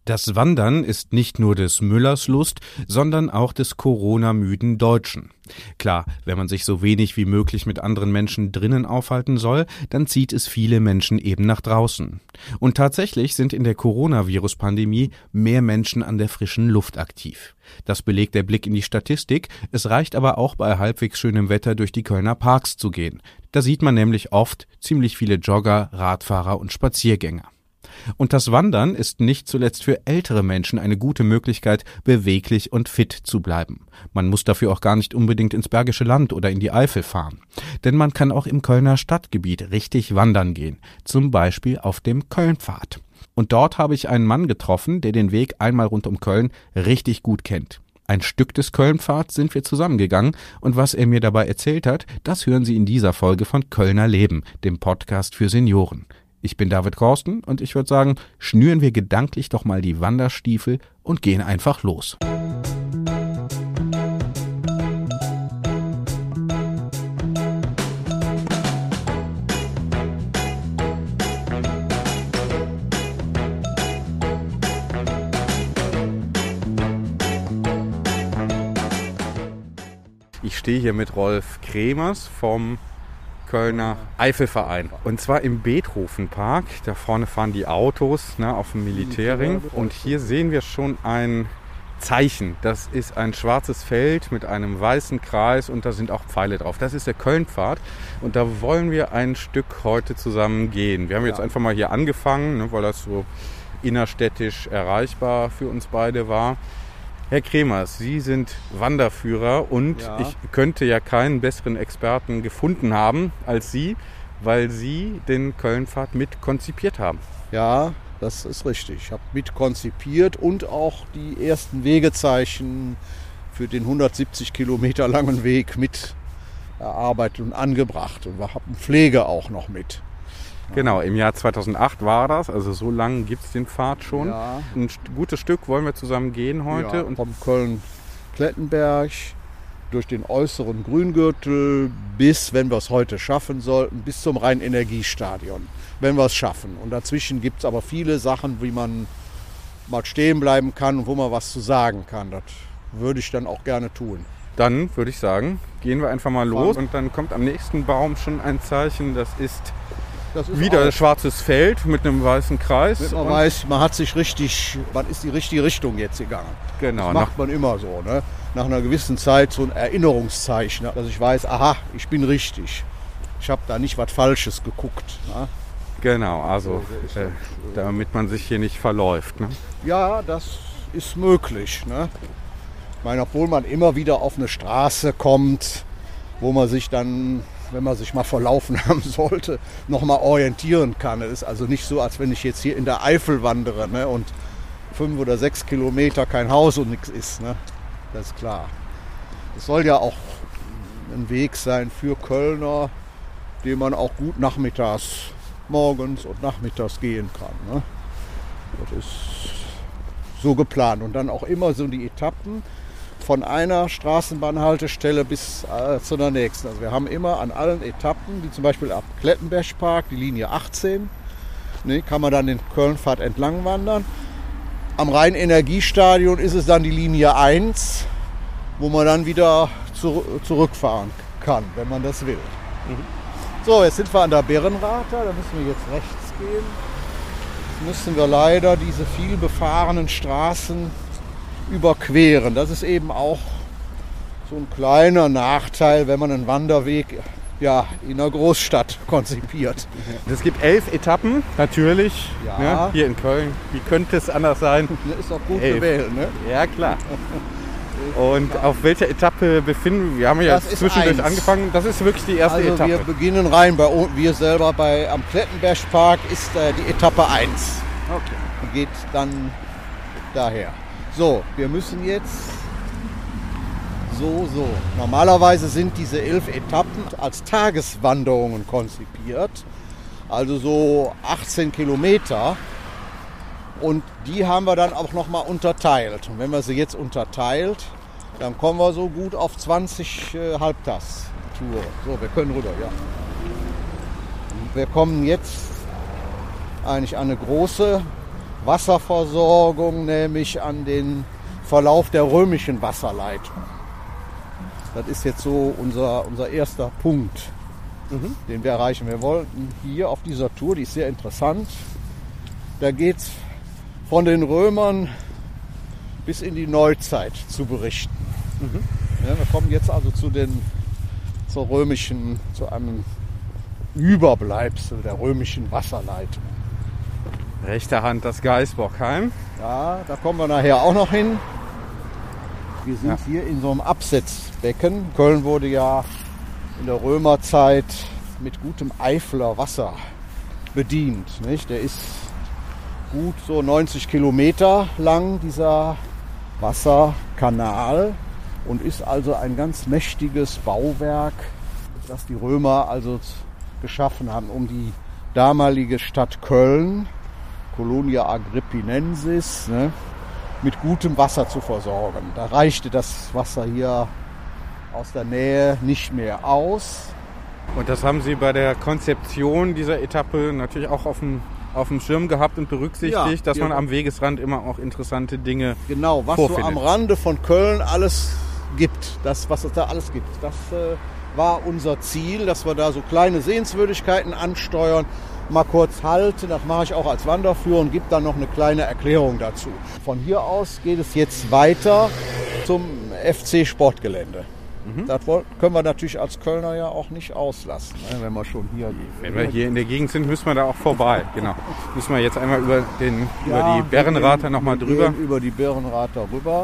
Das Wandern ist nicht nur des Müllers Lust, sondern auch des Corona-müden Deutschen. Klar, wenn man sich so wenig wie möglich mit anderen Menschen drinnen aufhalten soll, dann zieht es viele Menschen eben nach draußen. Und tatsächlich sind in der Coronavirus-Pandemie mehr Menschen an der frischen Luft aktiv. Das belegt der Blick in die Statistik, es reicht aber auch bei halbwegs schönem Wetter durch die Kölner Parks zu gehen. Da sieht man nämlich oft ziemlich viele Jogger, Radfahrer und Spaziergänger. Und das Wandern ist nicht zuletzt für ältere Menschen eine gute Möglichkeit, beweglich und fit zu bleiben. Man muss dafür auch gar nicht unbedingt ins Bergische Land oder in die Eifel fahren. Denn man kann auch im Kölner Stadtgebiet richtig wandern gehen, zum Beispiel auf dem Kölnpfad. Und dort habe ich einen Mann getroffen, der den Weg einmal rund um Köln richtig gut kennt. Ein Stück des Kölnpfads sind wir zusammengegangen und was er mir dabei erzählt hat, das hören Sie in dieser Folge von Kölner Leben, dem Podcast für Senioren. Ich bin David Korsten und ich würde sagen, schnüren wir gedanklich doch mal die Wanderstiefel und gehen einfach los. Ich stehe hier mit Rolf Kremers vom Kölner Eifelverein. Und zwar im Beethovenpark. Da vorne fahren die Autos auf dem Militärring. Und hier sehen wir schon ein Zeichen. Das ist ein schwarzes Feld mit einem weißen Kreis und da sind auch Pfeile drauf. Das ist der Kölnpfad und da wollen wir ein Stück heute zusammen gehen. Wir haben jetzt einfach mal hier angefangen, weil das so innerstädtisch erreichbar für uns beide war. Herr Kremers, Sie sind Wanderführer und ich könnte ja keinen besseren Experten gefunden haben als Sie, weil Sie den Kölnpfad mit konzipiert haben. Ja, das ist richtig. Ich habe mit konzipiert und auch die ersten Wegezeichen für den 170 Kilometer langen Weg mit erarbeitet und angebracht. Und wir haben Pflege auch noch mit. Genau, im Jahr 2008 war das, also so lange gibt es den Pfad schon. Ja. Ein gutes Stück wollen wir zusammen gehen heute. Ja, vom Köln-Klettenberg durch den äußeren Grüngürtel bis, wenn wir es heute schaffen sollten, bis zum Rhein-Energiestadion, wenn wir es schaffen. Und dazwischen gibt es aber viele Sachen, wie man mal stehen bleiben kann und wo man was zu sagen kann. Das würde ich dann auch gerne tun. Dann würde ich sagen, gehen wir einfach mal los und dann kommt am nächsten Baum schon ein Zeichen, das ist wieder ein schwarzes Feld mit einem weißen Kreis. Man weiß, man hat sich richtig, man ist die richtige Richtung jetzt gegangen. Genau. Das macht man immer so, ne? Nach einer gewissen Zeit so ein Erinnerungszeichen, dass ich weiß, aha, ich bin richtig. Ich habe da nicht was Falsches geguckt. Ne? Genau, also damit man sich hier nicht verläuft. Ne? Ja, das ist möglich. Ne? Ich meine, obwohl man immer wieder auf eine Straße kommt, wo man sich dann, wenn man sich mal verlaufen haben sollte, noch mal orientieren kann. Es ist also nicht so, als wenn ich jetzt hier in der Eifel wandere, ne, und 5 oder 6 Kilometer kein Haus und nichts ist. Ne? Das ist klar. Es soll ja auch ein Weg sein für Kölner, den man auch gut morgens und nachmittags gehen kann. Ne? Das ist so geplant. Und dann auch immer so die Etappen von einer Straßenbahnhaltestelle bis zu der nächsten. Also wir haben immer an allen Etappen, wie zum Beispiel ab Klettenbergpark, die Linie 18, kann man dann den Kölnpfad entlang wandern. Am Rhein-Energiestadion ist es dann die Linie 1, wo man dann wieder zurückfahren kann, wenn man das will. So, jetzt sind wir an der Berrenrather, da müssen wir jetzt rechts gehen. Jetzt müssen wir leider diese viel befahrenen Straßen überqueren. Das ist eben auch so ein kleiner Nachteil, wenn man einen Wanderweg in einer Großstadt konzipiert. Es gibt 11 Etappen, natürlich, hier in Köln. Wie könnte es anders sein? Ist auch gut gewählt, ne? Ja, klar. Und auf welcher Etappe befinden wir? Wir haben ja jetzt zwischendurch angefangen. Das ist wirklich die erste Etappe. Wir beginnen rein, wir selber am Klettenbergpark ist die Etappe 1. Okay. Und geht dann daher. So, wir müssen jetzt so. Normalerweise sind diese 11 Etappen als Tageswanderungen konzipiert, also so 18 Kilometer. Und die haben wir dann auch nochmal unterteilt. Und wenn man sie jetzt unterteilt, dann kommen wir so gut auf 20 Halbtagstouren. So, wir können rüber, ja. Wir kommen jetzt eigentlich an eine große Wasserversorgung, nämlich an den Verlauf der römischen Wasserleitung. Das ist jetzt so unser erster Punkt, den wir erreichen. Wir wollten hier auf dieser Tour, die ist sehr interessant, da geht es von den Römern bis in die Neuzeit zu berichten. Ja, wir kommen jetzt also zu einem Überbleibsel der römischen Wasserleitung. Rechter Hand das Gaisbockheim. Ja, da kommen wir nachher auch noch hin. Wir sind hier in so einem Absetzbecken. Köln wurde ja in der Römerzeit mit gutem Eifler Wasser bedient. Nicht? Der ist gut so 90 Kilometer lang, dieser Wasserkanal, und ist also ein ganz mächtiges Bauwerk, das die Römer also geschaffen haben, um die damalige Stadt Köln, Colonia Agrippinensis, ne, mit gutem Wasser zu versorgen. Da reichte das Wasser hier aus der Nähe nicht mehr aus. Und das haben Sie bei der Konzeption dieser Etappe natürlich auch auf dem Schirm gehabt und berücksichtigt, dass man am Wegesrand immer auch interessante Dinge was vorfindet. So am Rande von Köln alles gibt, was es da alles gibt. Das war unser Ziel, dass wir da so kleine Sehenswürdigkeiten ansteuern, mal kurz halten. Das mache ich auch als Wanderführer und gebe dann noch eine kleine Erklärung dazu. Von hier aus geht es jetzt weiter zum FC Sportgelände. Das können wir natürlich als Kölner ja auch nicht auslassen, wenn wir schon hier... Wenn wir hier in der Gegend sind, müssen wir da auch vorbei. Genau. Müssen wir jetzt einmal über die Bärenrather nochmal drüber. Über die Bärenrather rüber.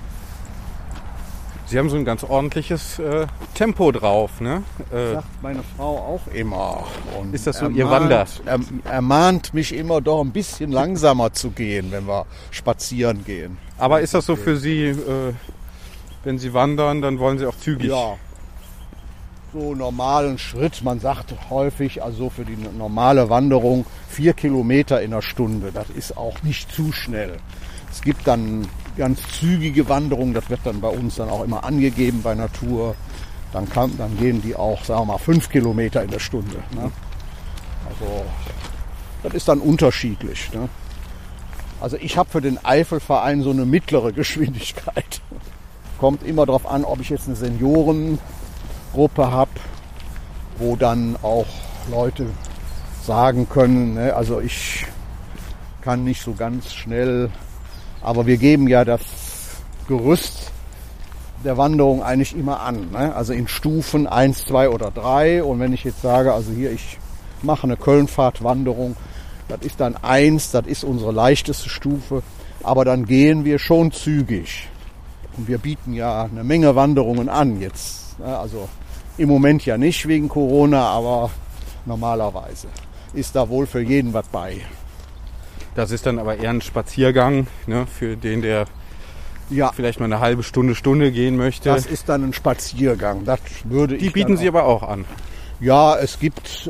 Sie haben so ein ganz ordentliches Tempo drauf, ne? Sagt meine Frau auch immer. Und ist das so Ihr Wander? Ermahnt mich immer, doch ein bisschen langsamer zu gehen, wenn wir spazieren gehen. Aber ist das so für Sie, wenn Sie wandern, dann wollen Sie auch zügig? Ja, so normalen Schritt. Man sagt häufig, also für die normale Wanderung 4 Kilometer in der Stunde. Das ist auch nicht zu schnell. Es gibt dann ganz zügige Wanderungen, das wird dann bei uns dann auch immer angegeben bei Natur. Dann gehen die auch, sagen wir mal, 5 Kilometer in der Stunde. Ne? Also das ist dann unterschiedlich. Ne? Also ich habe für den Eifelverein so eine mittlere Geschwindigkeit. Kommt immer darauf an, ob ich jetzt eine Seniorengruppe habe, wo dann auch Leute sagen können, ne, also ich kann nicht so ganz schnell, aber wir geben ja das Gerüst der Wanderung eigentlich immer an. Ne? Also in Stufen 1, 2 oder 3. Und wenn ich jetzt sage, also hier, ich mache eine Kölnpfad-Wanderung, das ist dann 1, das ist unsere leichteste Stufe, aber dann gehen wir schon zügig. Und wir bieten ja eine Menge Wanderungen an jetzt. Also im Moment ja nicht wegen Corona, aber normalerweise ist da wohl für jeden was bei. Das ist dann aber eher ein Spaziergang, ne, für den, der vielleicht mal eine halbe Stunde gehen möchte. Das ist dann ein Spaziergang. Das würde Die bieten Sie aber auch an? Ja, es gibt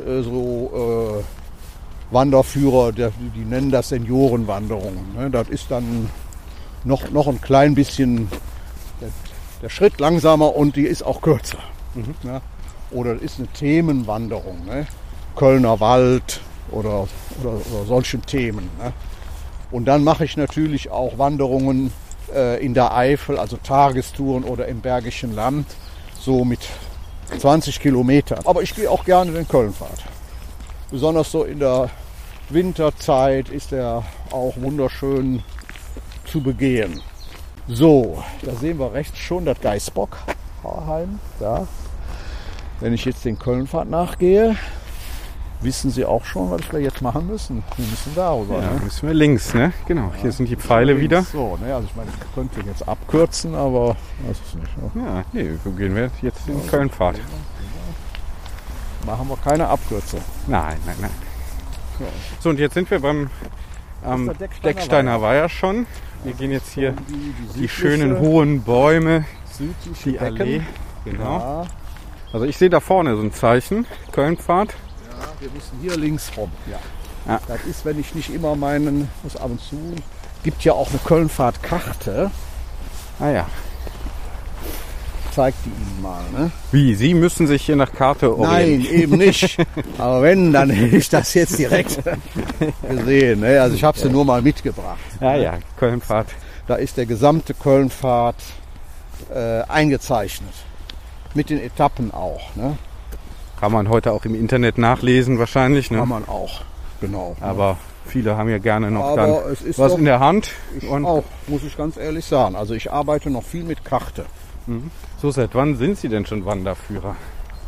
Wanderführer, die nennen das Seniorenwanderungen. Ne? Das ist dann noch ein klein bisschen der Schritt langsamer und die ist auch kürzer. Ne? Oder das ist eine Themenwanderung, ne? Kölner Wald oder solche Themen. Ne? Und dann mache ich natürlich auch Wanderungen in der Eifel, also Tagestouren oder im Bergischen Land, so mit 20 Kilometern. Aber ich gehe auch gerne den Kölnpfad. Besonders so in der Winterzeit ist er auch wunderschön zu begehen. So, da sehen wir rechts schon das Gaisbockheim. Da. Wenn ich jetzt den Kölnpfad nachgehe, wissen Sie auch schon, was wir jetzt machen müssen. Wir müssen darüber. Ja, müssen wir links, ne? Genau, hier sind die Pfeile wieder. So, ne? Also ich meine, ich könnte jetzt abkürzen, aber weiß es nicht. Ne? Ja, nee, so gehen wir jetzt den Kölnpfad. Machen wir keine Abkürzung. Nein. So, und jetzt sind wir beim Decksteiner Weiher schon. Wir gehen jetzt hier die schönen hohen Bäume, die Allee. Genau. Ja. Also ich sehe da vorne so ein Zeichen, Kölnpfad. Ja, wir müssen hier links rum. Ja. Das ist, wenn ich nicht immer muss ab und zu. Gibt ja auch eine Kölnpfad-Karte. Ah ja. zeige die Ihnen mal. Ne? Wie? Sie müssen sich hier nach Karte orientieren? Nein, eben nicht. Aber wenn, dann hätte ich das jetzt direkt gesehen. Ne? Also ich habe sie nur mal mitgebracht. Ja, Köln-Pfad. Da ist der gesamte Köln-Pfad eingezeichnet. Mit den Etappen auch. Ne? Kann man heute auch im Internet nachlesen wahrscheinlich. Ne? Kann man auch, genau. Aber viele haben ja gerne noch Aber dann es ist was doch, in der Hand. Ich auch, muss ich ganz ehrlich sagen. Also ich arbeite noch viel mit Karte. So, seit wann sind Sie denn schon Wanderführer?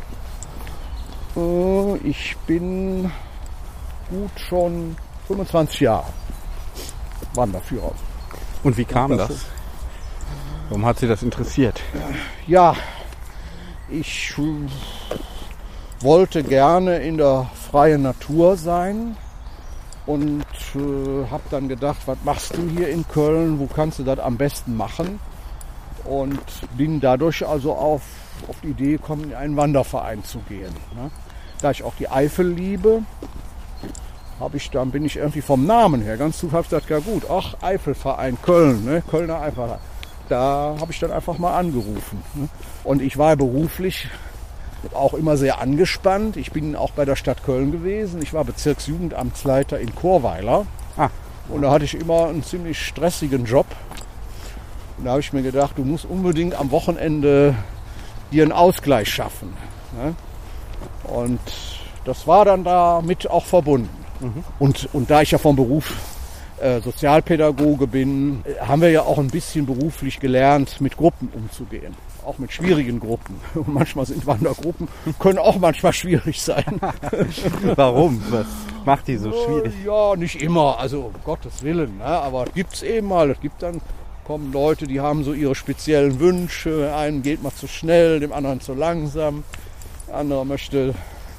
Ich bin gut schon 25 Jahre Wanderführer. Und wie kam das? so. Warum hat Sie das interessiert? Ja, ich wollte gerne in der freien Natur sein und habe dann gedacht, was machst du hier in Köln? Wo kannst du das am besten machen? Und bin dadurch also auf die Idee gekommen, in einen Wanderverein zu gehen. Ne? Da ich auch die Eifel liebe, bin ich irgendwie vom Namen her ganz zufällig gesagt, ja gut, ach, Eifelverein Köln, ne? Kölner Eifelverein. Da habe ich dann einfach mal angerufen. Ne? Und ich war beruflich auch immer sehr angespannt. Ich bin auch bei der Stadt Köln gewesen. Ich war Bezirksjugendamtsleiter in Chorweiler. Und da hatte ich immer einen ziemlich stressigen Job. Und da habe ich mir gedacht, du musst unbedingt am Wochenende dir einen Ausgleich schaffen. Ne? Und das war dann damit auch verbunden. Und da ich ja vom Beruf Sozialpädagoge bin, haben wir ja auch ein bisschen beruflich gelernt, mit Gruppen umzugehen. Auch mit schwierigen Gruppen. Und manchmal sind Wandergruppen, können auch manchmal schwierig sein. Warum? Was macht die so schwierig? Ja, nicht immer, also um Gottes Willen. Ne? Aber gibt es eben mal. Es gibt dann, kommen Leute, die haben so ihre speziellen Wünsche. Einem geht mal zu schnell, dem anderen zu langsam. Der andere möchte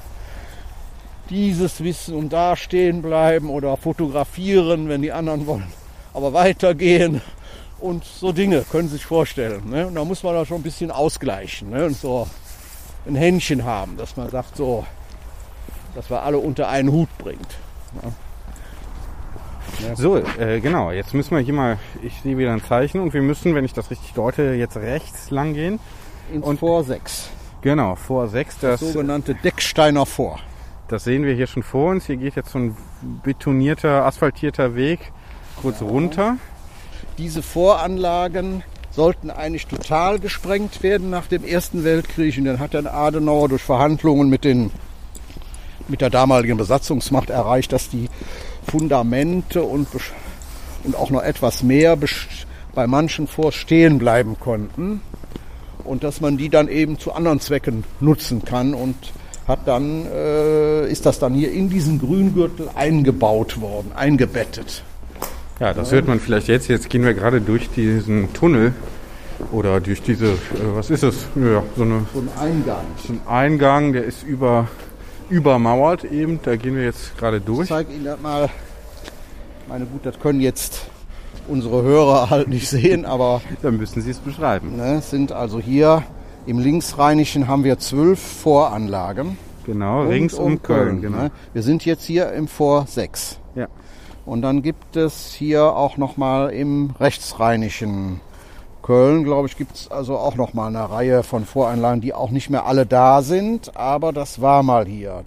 dieses wissen und da stehen bleiben oder fotografieren, wenn die anderen wollen, aber weitergehen. Und so Dinge können Sie sich vorstellen. Ne? Und da muss man da schon ein bisschen ausgleichen, ne? Und so ein Händchen haben, dass man sagt, so, dass wir alle unter einen Hut bringt. Ne? Ja. So, genau, jetzt müssen wir hier mal, ich sehe wieder ein Zeichen und wir müssen, wenn ich das richtig deute, jetzt rechts lang gehen. Ins Vor 6. Genau, Vor 6. Das sogenannte Decksteiner Vor. Das sehen wir hier schon vor uns. Hier geht jetzt so ein betonierter, asphaltierter Weg kurz runter. Diese Voranlagen sollten eigentlich total gesprengt werden nach dem Ersten Weltkrieg. Und dann hat dann Adenauer durch Verhandlungen mit der damaligen Besatzungsmacht erreicht, dass die Fundamente und auch noch etwas mehr bei manchen Forts stehen bleiben konnten. Und dass man die dann eben zu anderen Zwecken nutzen kann. Und ist das dann hier in diesen Grüngürtel eingebaut worden, eingebettet. Ja, das hört man vielleicht jetzt. Jetzt gehen wir gerade durch diesen Tunnel oder durch diese, was ist es? Ja, so ein Eingang. So ein Eingang, der ist übermauert eben. Da gehen wir jetzt gerade durch. Ich zeige Ihnen das mal. Meine gut, das können jetzt unsere Hörer halt nicht sehen, aber dann müssen Sie es beschreiben. Ne, sind also hier im Linksrheinischen haben wir 12 Voranlagen. Genau, rings um Köln. Genau. Ne? Wir sind jetzt hier im Vor 6. Ja. Und dann gibt es hier auch nochmal im rechtsrheinischen Köln, glaube ich, gibt es also auch nochmal eine Reihe von Voranlagen, die auch nicht mehr alle da sind, aber das war mal hier.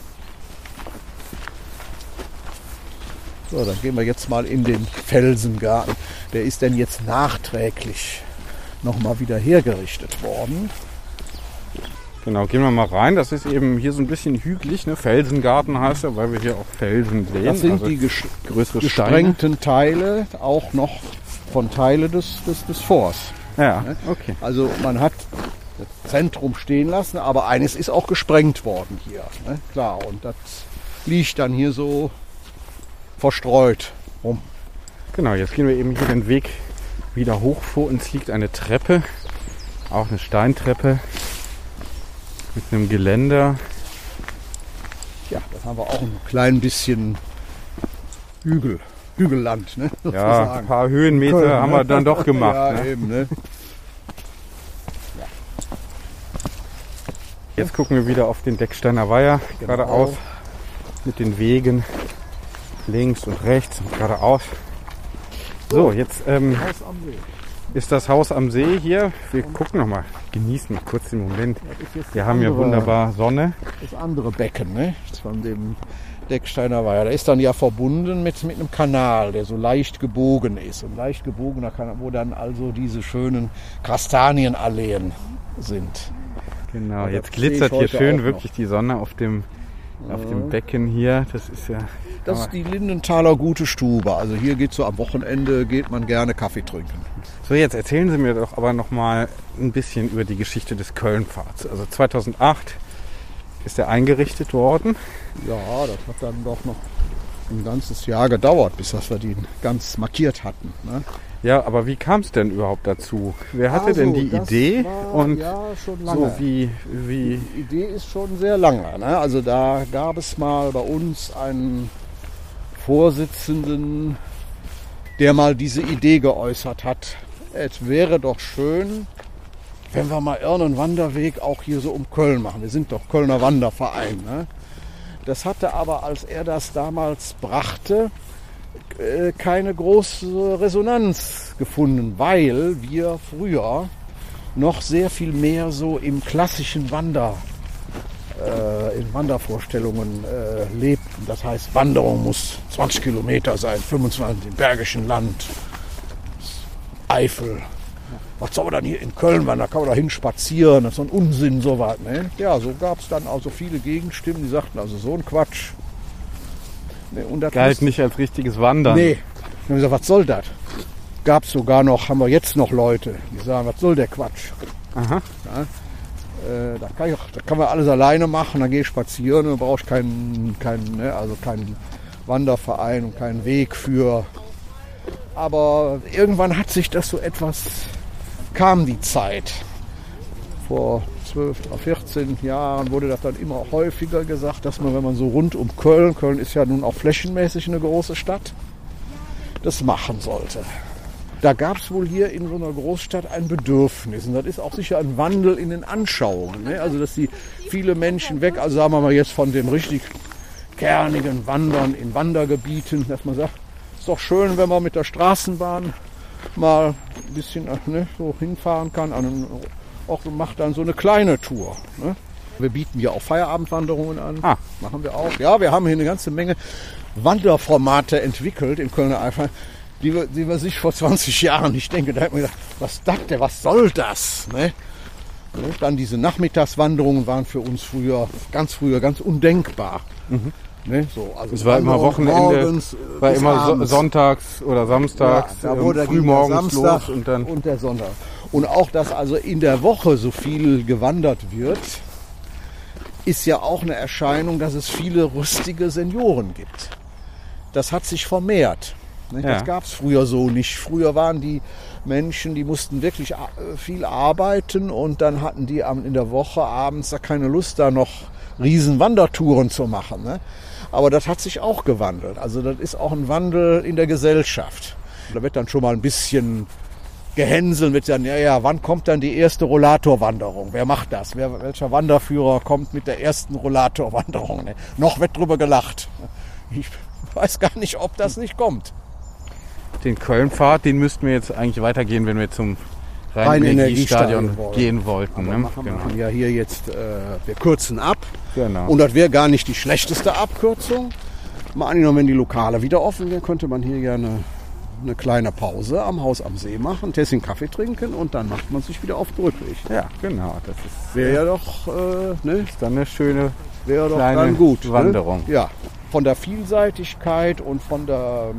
So, dann gehen wir jetzt mal in den Felsengarten. Der ist denn jetzt nachträglich nochmal wieder hergerichtet worden. Genau, gehen wir mal rein. Das ist eben hier so ein bisschen hügelig, ne? Felsengarten heißt er, weil wir hier auch Felsen sehen. Das sind also die größere gesprengten Teile, auch noch von Teile des Forts. Ja, okay. Also man hat das Zentrum stehen lassen, aber eines ist auch gesprengt worden hier. Ne? Klar, und das liegt dann hier so verstreut rum. Genau, jetzt gehen wir eben hier den Weg wieder hoch. Vor uns liegt eine Treppe, auch eine Steintreppe mit einem Geländer. Ja, das haben wir auch ein klein bisschen Hügelland. Ne, ja, ein paar Höhenmeter Köln, haben wir dann doch gemacht. Ja, ne? Eben, ne? Ja. Jetzt gucken wir wieder auf den Decksteiner Weiher, genau. Geradeaus mit den Wegen links und rechts und geradeaus. So, jetzt ist das Haus am See hier. Wir gucken nochmal, genießen mal kurz den Moment. Wir haben ja wunderbar Sonne. Das andere Becken, ne? Von dem Decksteiner Weiher. Der ist dann ja verbunden mit einem Kanal, der so leicht gebogen ist. Ein leicht gebogener Kanal, wo dann also diese schönen Kastanienalleen sind. Genau, jetzt glitzert hier schön wirklich die Sonne auf dem Becken hier. Das ist ja... Das ist die Lindenthaler Gute Stube. Also hier geht so am Wochenende, geht man gerne Kaffee trinken. So, jetzt erzählen Sie mir doch aber noch mal ein bisschen über die Geschichte des Köln-Pfads. Also 2008 ist er eingerichtet worden. Ja, das hat dann doch noch ein ganzes Jahr gedauert, bis wir den ganz markiert hatten. Ne? Ja, aber wie kam es denn überhaupt dazu? Wer hatte denn die Idee? Ja, schon lange. So wie die Idee ist schon sehr lange. Ne? Also da gab es mal bei uns einen Vorsitzenden, der mal diese Idee geäußert hat. Es wäre doch schön, wenn wir mal irgendeinen Wanderweg auch hier so um Köln machen. Wir sind doch Kölner Wanderverein. Ne? Das hatte aber, als er das damals brachte, keine große Resonanz gefunden, weil wir früher noch sehr viel mehr so im klassischen in Wandervorstellungen lebten. Das heißt, Wanderung muss 20 Kilometer sein, 25 im Bergischen Land, Eifel. Was soll man dann hier in Köln wandern? Da kann man da hin spazieren, das ist so ein Unsinn, so was. Ne? Ja, so gab es dann auch so viele Gegenstimmen, die sagten, also so ein Quatsch. Ne, und das galt nicht als richtiges Wandern. Nee. Dann haben wir gesagt, was soll das? Gab es sogar noch, haben wir jetzt noch Leute, die sagen, was soll der Quatsch? Aha. Ja, da kann man alles alleine machen, dann gehe ich spazieren und brauche ich keinen Wanderverein und keinen Weg für. Aber irgendwann hat sich das so etwas, kam die Zeit. Vor 12 oder 14 Jahren wurde das dann immer häufiger gesagt, dass man, wenn man so rund um Köln ist ja nun auch flächenmäßig eine große Stadt, das machen sollte. Da gab es wohl hier in so einer Großstadt ein Bedürfnis. Und das ist auch sicher ein Wandel in den Anschauungen. Ne? Also dass die viele Menschen weg, also sagen wir mal jetzt von dem richtig kernigen Wandern in Wandergebieten, dass man sagt, ist doch schön, wenn man mit der Straßenbahn mal ein bisschen so hinfahren kann. Auch macht dann so eine kleine Tour. Ne? Wir bieten ja auch Feierabendwanderungen an. Machen wir auch. Ja, wir haben hier eine ganze Menge Wanderformate entwickelt im Kölner Eifel, die wir sich vor 20 Jahren, ich denke, da hat man gedacht, was soll das? Ne? Dann diese Nachmittagswanderungen waren für uns früher ganz undenkbar. Mhm. Ne? So, also es war immer Wochenende, war immer sonntags oder samstags, ja, frühmorgens los und der Sonntag. Und auch, dass also in der Woche so viel gewandert wird, ist ja auch eine Erscheinung, dass es viele rüstige Senioren gibt. Das hat sich vermehrt. Ja. Das gab es früher so nicht. Früher waren die Menschen, die mussten wirklich viel arbeiten und dann hatten die in der Woche abends da keine Lust, da noch riesen Wandertouren zu machen. Ne? Aber das hat sich auch gewandelt. Also das ist auch ein Wandel in der Gesellschaft. Da wird dann schon mal ein bisschen gehänselt mit sagen, ja, wann kommt dann die erste Rollatorwanderung? Wer macht das? Welcher Wanderführer kommt mit der ersten Rollatorwanderung? Ne? Noch wird drüber gelacht. Ich weiß gar nicht, ob das nicht kommt. Den Köln-Pfad, den müssten wir jetzt eigentlich weitergehen, wenn wir zum Rhein-Energiestadion gehen wollten. Ne? Wir machen ja hier jetzt, wir kürzen ab. Genau. Und das wäre gar nicht die schlechteste Abkürzung. Mal angenommen, wenn die Lokale wieder offen wären, könnte man hier ja eine kleine Pause am Haus am See machen, ein Tässchen Kaffee trinken und dann macht man sich wieder auf den Rückweg. Ja, genau. Das wäre ja doch ist dann eine schöne wäre doch dann gut, Wanderung. Ne? Ja, von der Vielseitigkeit und von der,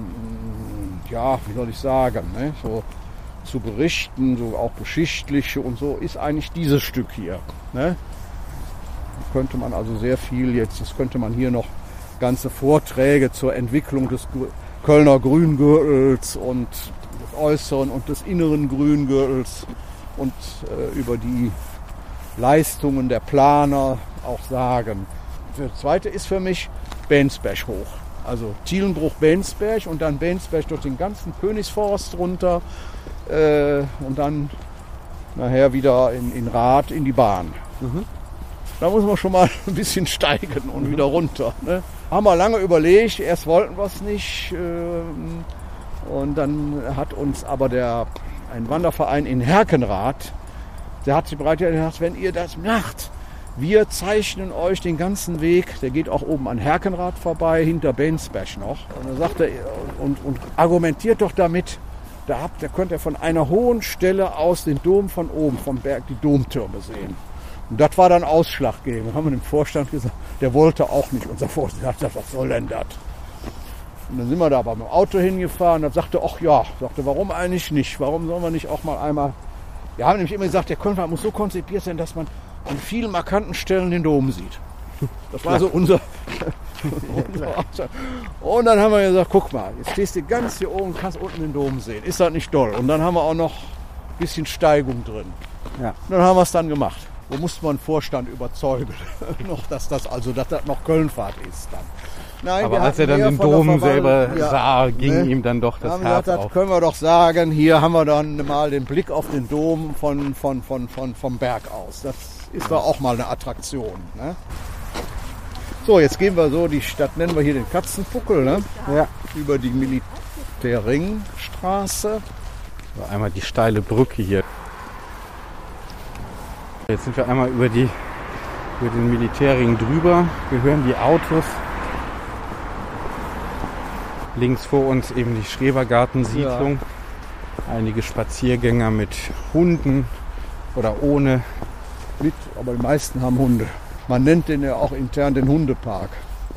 wie soll ich sagen, ne? So zu berichten, so auch geschichtliche und so, ist eigentlich dieses Stück hier. Ne? Da könnte man also sehr viel das könnte man hier noch ganze Vorträge zur Entwicklung des Kölner Grüngürtels und des äußeren und des inneren Grüngürtels und über die Leistungen der Planer auch sagen. Das zweite ist für mich Bensberg hoch. Also Thielenbruch-Bensberg und dann Bensberg durch den ganzen Königsforst runter und dann nachher wieder in Rath in die Bahn. Mhm. Da muss man schon mal ein bisschen steigen und wieder runter. Ne? Haben wir lange überlegt, erst wollten wir es nicht und dann hat uns aber der ein Wanderverein in Herkenrath, der hat sich bereit gesagt, wenn ihr das macht, wir zeichnen euch den ganzen Weg, der geht auch oben an Herkenrath vorbei, hinter Bensberg noch. Und dann sagt er, und argumentiert doch damit, da könnt ihr von einer hohen Stelle aus den Dom von oben, vom Berg, die Domtürme sehen. Und das war dann ausschlaggebend. Da haben wir dem Vorstand gesagt, der wollte auch nicht. Unser Vorstand hat gesagt, was soll denn das? Und dann sind wir da aber mit dem Auto hingefahren. Dann sagte, ach ja, warum eigentlich nicht? Warum sollen wir nicht auch mal einmal... Wir haben nämlich immer gesagt, der Kölnfahrt muss so konzipiert sein, dass man an vielen markanten Stellen den Dom sieht. Das war so unser... Und dann haben wir gesagt, guck mal, jetzt stehst du ganz hier oben, kannst unten den Dom sehen. Ist das nicht doll? Und dann haben wir auch noch ein bisschen Steigung drin. Ja. Und dann haben wir es dann gemacht. Wo musste man den Vorstand überzeugen, dass das noch Kölnfahrt ist dann. Nein, aber als er dann den Dom selber sah, ging ihm dann doch das Herz auf. Das können wir doch sagen, hier haben wir dann mal den Blick auf den Dom vom Berg aus. Das ist doch auch mal eine Attraktion. Ne? So, jetzt gehen wir so, die Stadt nennen wir hier den Katzenbuckel, ne? Ja. Über die Militärringstraße. So, einmal die steile Brücke hier. Jetzt sind wir einmal über den Militärring drüber. Wir hören die Autos. Links vor uns eben die Schrebergartensiedlung. Ja. Einige Spaziergänger mit Hunden oder ohne. Mit, aber die meisten haben Hunde. Man nennt den ja auch intern den Hundepark.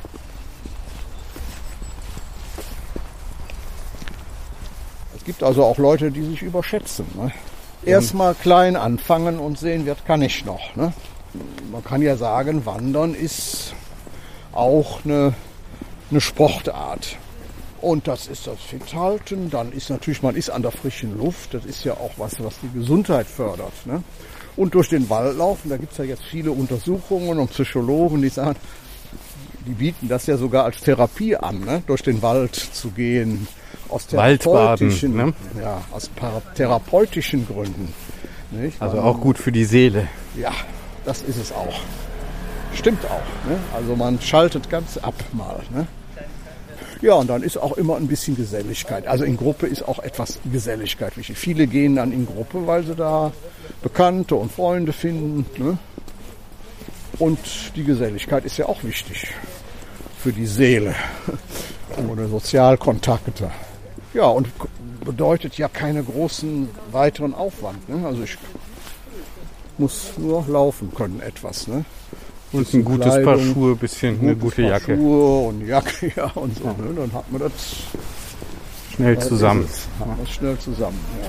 Es gibt also auch Leute, die sich überschätzen. Ne? Erstmal klein anfangen und sehen, was kann ich noch. Ne? Man kann ja sagen, Wandern ist auch eine Sportart. Und das ist das Fithalten. Dann ist natürlich, man ist an der frischen Luft. Das ist ja auch was die Gesundheit fördert. Ne? Und durch den Wald laufen, da gibt es ja jetzt viele Untersuchungen und Psychologen, die sagen, die bieten das ja sogar als Therapie an, ne? Durch den Wald zu gehen. Aus therapeutischen, ne? Ja, aus therapeutischen Gründen. Nicht? Also auch gut für die Seele. Ja, das ist es auch. Stimmt auch. Ne? Also man schaltet ganz ab mal. Ne? Ja, und dann ist auch immer ein bisschen Geselligkeit. Also in Gruppe ist auch etwas Geselligkeit wichtig. Viele gehen dann in Gruppe, weil sie da Bekannte und Freunde finden. Ne? Und die Geselligkeit ist ja auch wichtig für die Seele. Ohne Sozialkontakte. Ja, und bedeutet ja keine großen weiteren Aufwand. Ne? Also ich muss nur laufen können etwas. Ne? Und ein gutes Kleidung, Paar Schuhe, bisschen eine gute Jacke. Schuhe und Jacke, ja, und so. Ja. Ne? Dann hat man das schnell zusammen. Hat man schnell zusammen, ja.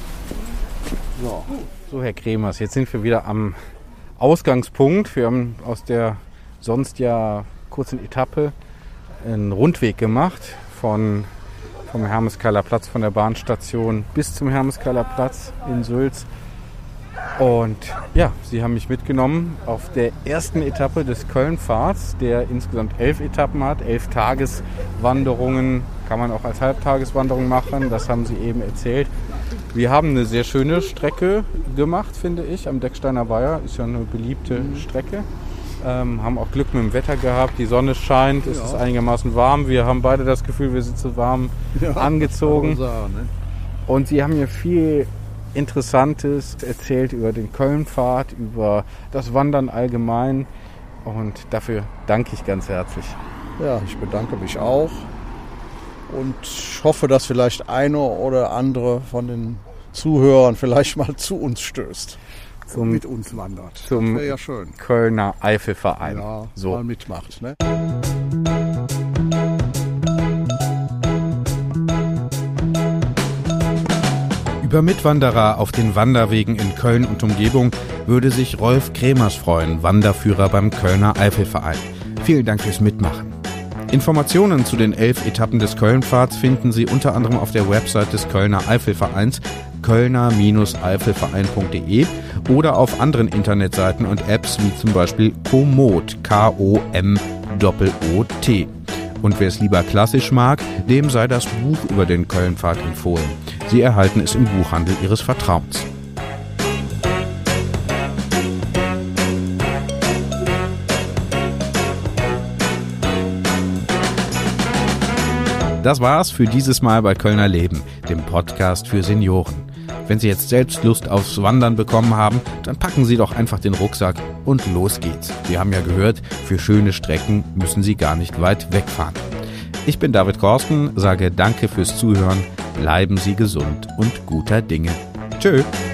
So, Herr Kremers, jetzt sind wir wieder am Ausgangspunkt. Wir haben aus der sonst ja kurzen Etappe einen Rundweg gemacht vom Hermeskeiller Platz, von der Bahnstation bis zum Hermeskeiller Platz in Sülz. Und ja, Sie haben mich mitgenommen auf der ersten Etappe des Kölnpfads, der insgesamt 11 Etappen hat. 11 Tageswanderungen kann man auch als Halbtageswanderung machen, das haben Sie eben erzählt. Wir haben eine sehr schöne Strecke gemacht, finde ich, am Decksteiner Weiher. Ist ja eine beliebte Strecke. Haben auch Glück mit dem Wetter gehabt, die Sonne scheint, es ist einigermaßen warm. Wir haben beide das Gefühl, wir sind zu warm angezogen. Und Sie haben mir viel Interessantes erzählt über den Kölnpfad, über das Wandern allgemein. Und dafür danke ich ganz herzlich. Ja, ich bedanke mich auch. Und hoffe, dass vielleicht einer oder andere von den Zuhörern vielleicht mal zu uns stößt. Mit uns wandert. Zum ja schön. Kölner Eifelverein. Ja, so mal mitmacht. Ne? Über Mitwanderer auf den Wanderwegen in Köln und Umgebung würde sich Rolf Kremers freuen, Wanderführer beim Kölner Eifelverein. Vielen Dank fürs Mitmachen. Informationen zu den 11 Etappen des Kölnpfads finden Sie unter anderem auf der Website des Kölner Eifelvereins kölner-eifelverein.de oder auf anderen Internetseiten und Apps wie zum Beispiel Komoot, K-O-M-O-O-T. Und wer es lieber klassisch mag, dem sei das Buch über den Kölnpfad empfohlen. Sie erhalten es im Buchhandel Ihres Vertrauens. Das war's für dieses Mal bei Kölner Leben, dem Podcast für Senioren. Wenn Sie jetzt selbst Lust aufs Wandern bekommen haben, dann packen Sie doch einfach den Rucksack und los geht's. Sie haben ja gehört, für schöne Strecken müssen Sie gar nicht weit wegfahren. Ich bin David Korsten, sage danke fürs Zuhören, bleiben Sie gesund und guter Dinge. Tschö!